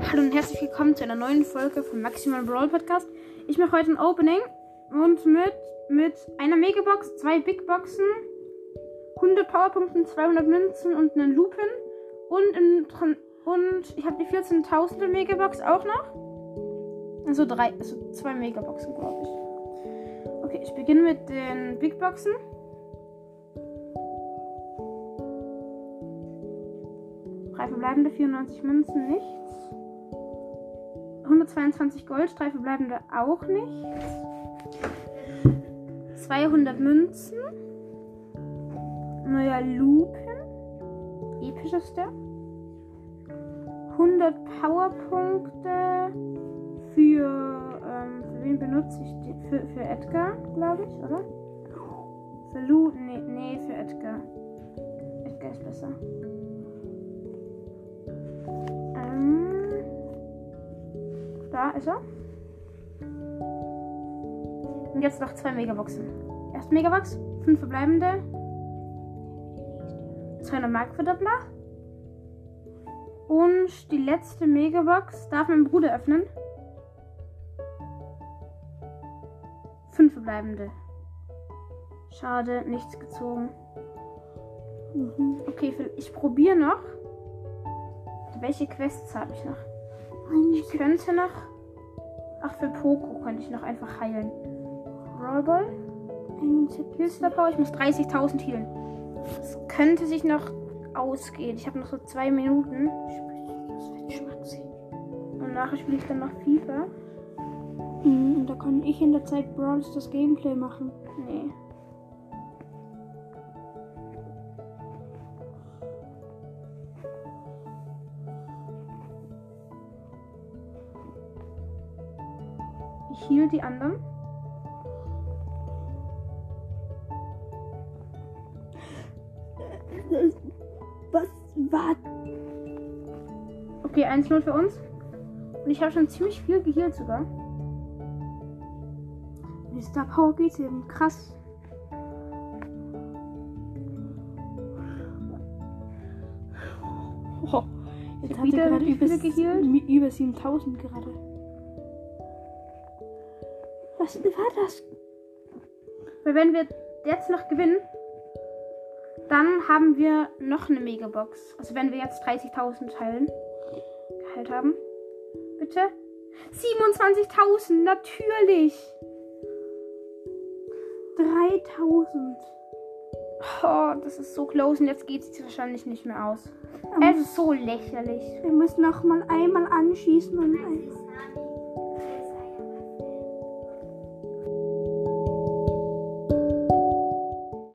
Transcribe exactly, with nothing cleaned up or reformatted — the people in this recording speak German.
Hallo und herzlich willkommen zu einer neuen Folge vom Maximal Brawl Podcast. Ich mache heute ein Opening und mit, mit einer Megabox, zwei Big Boxen, hundert Powerpunkten, zweihundert Münzen und einen Lupin. Und, in, und ich habe die vierzehntausender Megabox auch noch. Also drei, also zwei Megaboxen, glaube ich. Okay, ich beginne mit den Big Boxen. Drei verbleibende, vierundneunzig Münzen, nichts. hundertzweiundzwanzig Gold, drei verbleibende, auch nichts. zweihundert Münzen. Neuer Lupin. Episch ist der. hundert Powerpunkte für, ähm, für wen benutze ich die? Für, für Edgar, glaube ich, oder? Für Lu, nee, nee, für Edgar. Edgar ist besser. Da ist er. Und jetzt noch zwei Megaboxen. Erste Megabox, fünf verbleibende. zweihundert Markverdoppler. Und die letzte Megabox darf mein Bruder öffnen. fünf verbleibende. Schade, nichts gezogen. Mhm. Okay, ich probiere noch. Welche Quests habe ich noch? Ich könnte noch... Ach, für Poco könnte ich noch einfach heilen. Brawlball. Heal Power. Ich muss dreißigtausend healen. Das könnte sich noch ausgehen. Ich habe noch so zwei Minuten. Und nachher spiele ich dann noch FIFA. Und da kann ich in der Zeit Brawls das Gameplay machen. Nee. Ich heal die anderen. Was war? Okay, eins null für uns. Und ich habe schon ziemlich viel gehealt sogar. Mit Star Power geht's eben krass. Oh, jetzt hat er gerade über, über siebentausend gerade. Was war das? Weil wenn wir jetzt noch gewinnen, dann haben wir noch eine Megabox. Also wenn wir jetzt dreißigtausend teilen, geheilt haben. Bitte? siebenundzwanzigtausend, natürlich. dreitausend. Oh, das ist so close und jetzt geht es wahrscheinlich nicht mehr aus. Aber es ist so lächerlich. Wir müssen noch mal einmal anschießen und ein